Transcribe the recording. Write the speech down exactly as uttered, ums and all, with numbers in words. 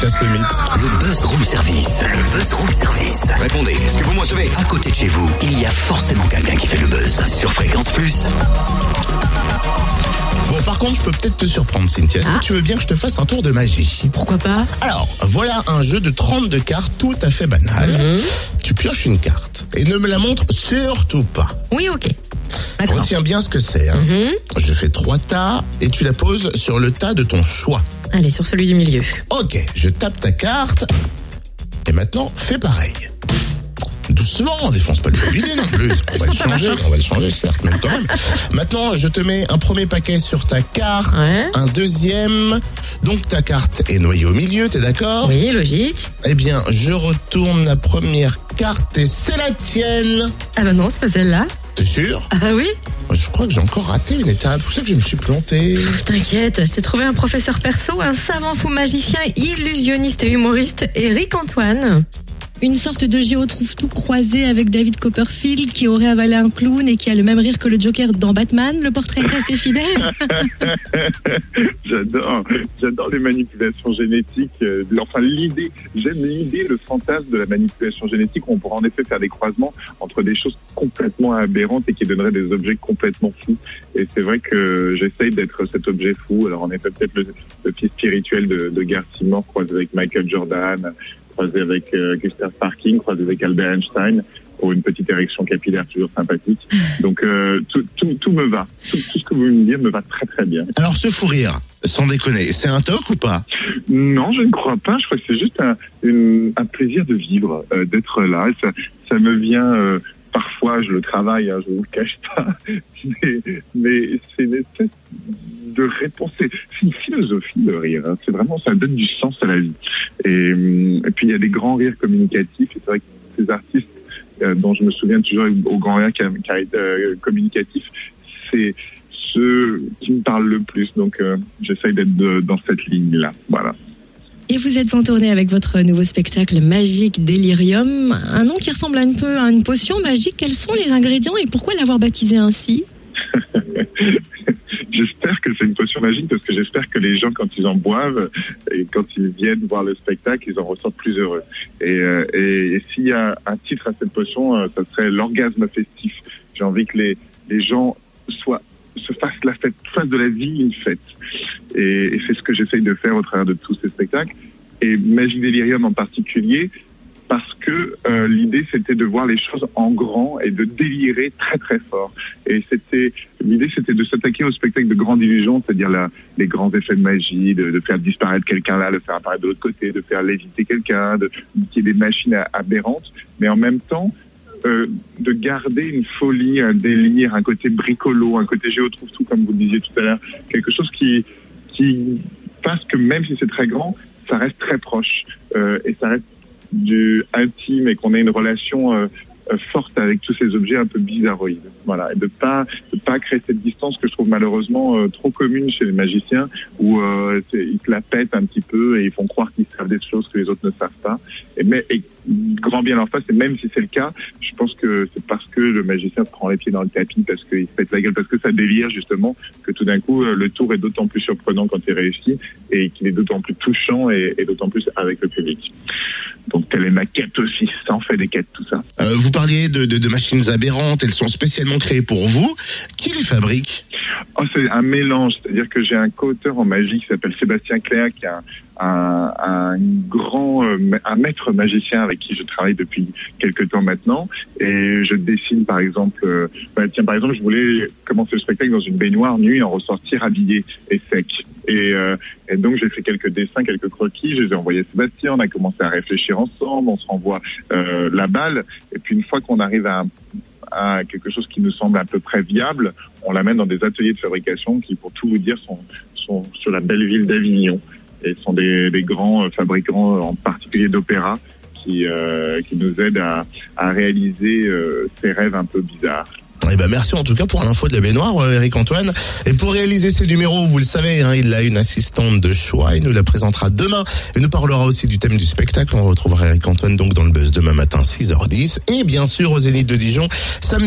casse le mythe. Le Buzz Room Service. Le Buzz Room Service. Répondez, est-ce que vous me recevez? À côté de chez vous, il y a forcément quelqu'un qui fait le buzz. Sur Fréquence Plus. Bon, par contre, je peux peut-être te surprendre, Cynthia. Est-ce Ah. que tu veux bien que je te fasse un tour de magie? Pourquoi pas? Alors, voilà un jeu de trente-deux cartes tout à fait banal. Mhm. Tu pioches une carte et ne me la montre surtout pas. Oui, ok. D'accord. Retiens bien ce que c'est. Hein. Mhm. Je fais trois tas et tu la poses sur le tas de ton choix. Allez, sur celui du milieu. Ok, je tape ta carte et maintenant, fais pareil. Doucement, on défonce pas le mobilier non plus. On va le Sans ta changer, force. on va le changer certes, mais quand même. Maintenant, je te mets un premier paquet sur ta carte, Ouais. un deuxième. Donc ta carte est noyée au milieu, t'es d'accord? Oui, logique. Eh bien, je retourne la première carte et c'est la tienne. Ah bah non, c'est pas celle-là. T'es sûr? Ah oui? Je crois que j'ai encore raté une étape. C'est pour ça que je me suis planté. Pff, T'inquiète, je t'ai trouvé un professeur perso, un savant fou magicien, illusionniste et humoriste, Eric Antoine. Une sorte de Géo trouve tout croisé avec David Copperfield qui aurait avalé un clown et qui a le même rire que le Joker dans Batman. Le portrait est assez fidèle. J'adore, j'adore les manipulations génétiques. euh, Enfin, l'idée, j'aime l'idée, le fantasme de la manipulation génétique. On pourra en effet faire des croisements entre des choses complètement aberrantes et qui donneraient des objets complètement fous. Et c'est vrai que j'essaye d'être cet objet fou. Alors, en effet, peut-être le, le fils spirituel de, de Gare Timor croisé avec Michael Jordan, croisé avec euh, Gustav Parking, croisé avec Albert Einstein, pour une petite érection capillaire toujours sympathique. Donc euh, tout, tout, tout me va. Tout, tout ce que vous me dites me va très très bien. Alors, ce fou rire, sans déconner, c'est un toc ou pas? Non, je ne crois pas. Je crois que c'est juste un, une, un plaisir de vivre, euh, d'être là. Ça, ça me vient... Euh, parfois, je le travaille, hein, je ne vous le cache pas, mais, mais c'est une espèce de réponse. C'est, c'est une philosophie, le rire. Hein. C'est vraiment, ça donne du sens à la vie. Et, et puis, il y a des grands rires communicatifs. Et c'est vrai que ces artistes euh, dont je me souviens toujours au grand rire euh, communicatif, c'est ceux qui me parlent le plus. Donc, euh, j'essaye d'être de, dans cette ligne-là. Voilà. Et vous êtes en tournée avec votre nouveau spectacle Magique Delirium, un nom qui ressemble un peu à une potion magique. Quels sont les ingrédients et pourquoi l'avoir baptisé ainsi? J'espère que c'est une potion magique parce que j'espère que les gens, quand ils en boivent et quand ils viennent voir le spectacle, ils en ressortent plus heureux. Et, euh, et, et s'il y a un titre à cette potion, euh, ça serait l'orgasme festif. J'ai envie que les, les gens soient se fassent la fête, fassent de la vie une fête. Et, et c'est ce que j'essaye de faire au travers de tous ces spectacles. Et Magique Delirium en particulier, parce que euh, l'idée c'était de voir les choses en grand et de délirer très très fort. Et c'était l'idée c'était de s'attaquer au spectacle de grande illusion, c'est-à-dire la, les grands effets de magie, de, de faire disparaître quelqu'un là, le faire apparaître de l'autre côté, de faire léviter quelqu'un, de qu'il y ait des machines aberrantes, mais en même temps euh, de garder une folie, un délire, un côté bricolo, un côté Géo trouve tout comme vous le disiez tout à l'heure, quelque chose qui qui fasse que même si c'est très grand, ça reste très proche euh, et ça reste du intime et qu'on ait une relation euh, euh, forte avec tous ces objets un peu bizarroïdes. Voilà, et de pas de pas créer cette distance que je trouve malheureusement euh, trop commune chez les magiciens où euh, ils se la pètent un petit peu et ils font croire qu'ils savent des choses que les autres ne savent pas. Et mais et, grand bien en face, et même si c'est le cas, je pense que c'est parce que le magicien se prend les pieds dans le tapis, parce qu'il se pète la gueule, parce que ça délire justement, que tout d'un coup le tour est d'autant plus surprenant quand il réussit et qu'il est d'autant plus touchant et, et d'autant plus avec le public. Donc telle est ma quête aussi, ça en fait des quêtes tout ça. Euh, vous parliez de, de, de machines aberrantes, elles sont spécialement créées pour vous. Qui les fabrique? Oh, c'est un mélange, c'est-à-dire que j'ai un co-auteur en magie qui s'appelle Sébastien Cléa, qui est un, un, un grand, euh, un maître magicien avec qui je travaille depuis quelques temps maintenant. Et je dessine par exemple, euh, bah, tiens par exemple, je voulais commencer le spectacle dans une baignoire nue et en ressortir habillé et sec. Et, euh, et donc j'ai fait quelques dessins, quelques croquis, je les ai envoyés à Sébastien, on a commencé à réfléchir ensemble, on se renvoie euh, la balle. Et puis une fois qu'on arrive à un à quelque chose qui nous semble à peu près viable, on l'amène dans des ateliers de fabrication qui, pour tout vous dire, sont, sont sur la belle ville d'Avignon et sont des, des grands fabricants, en particulier d'opéra, qui, euh, qui nous aident à, à réaliser euh, ces rêves un peu bizarres. Eh ben merci en tout cas pour l'info de la baignoire, Eric Antoine. Et pour réaliser ces numéros, vous le savez, hein, il a une assistante de choix. Il nous la présentera demain. Il nous parlera aussi du thème du spectacle. On retrouvera Eric Antoine donc dans le Buzz demain matin six heures dix. Et bien sûr au Zénith de Dijon samedi.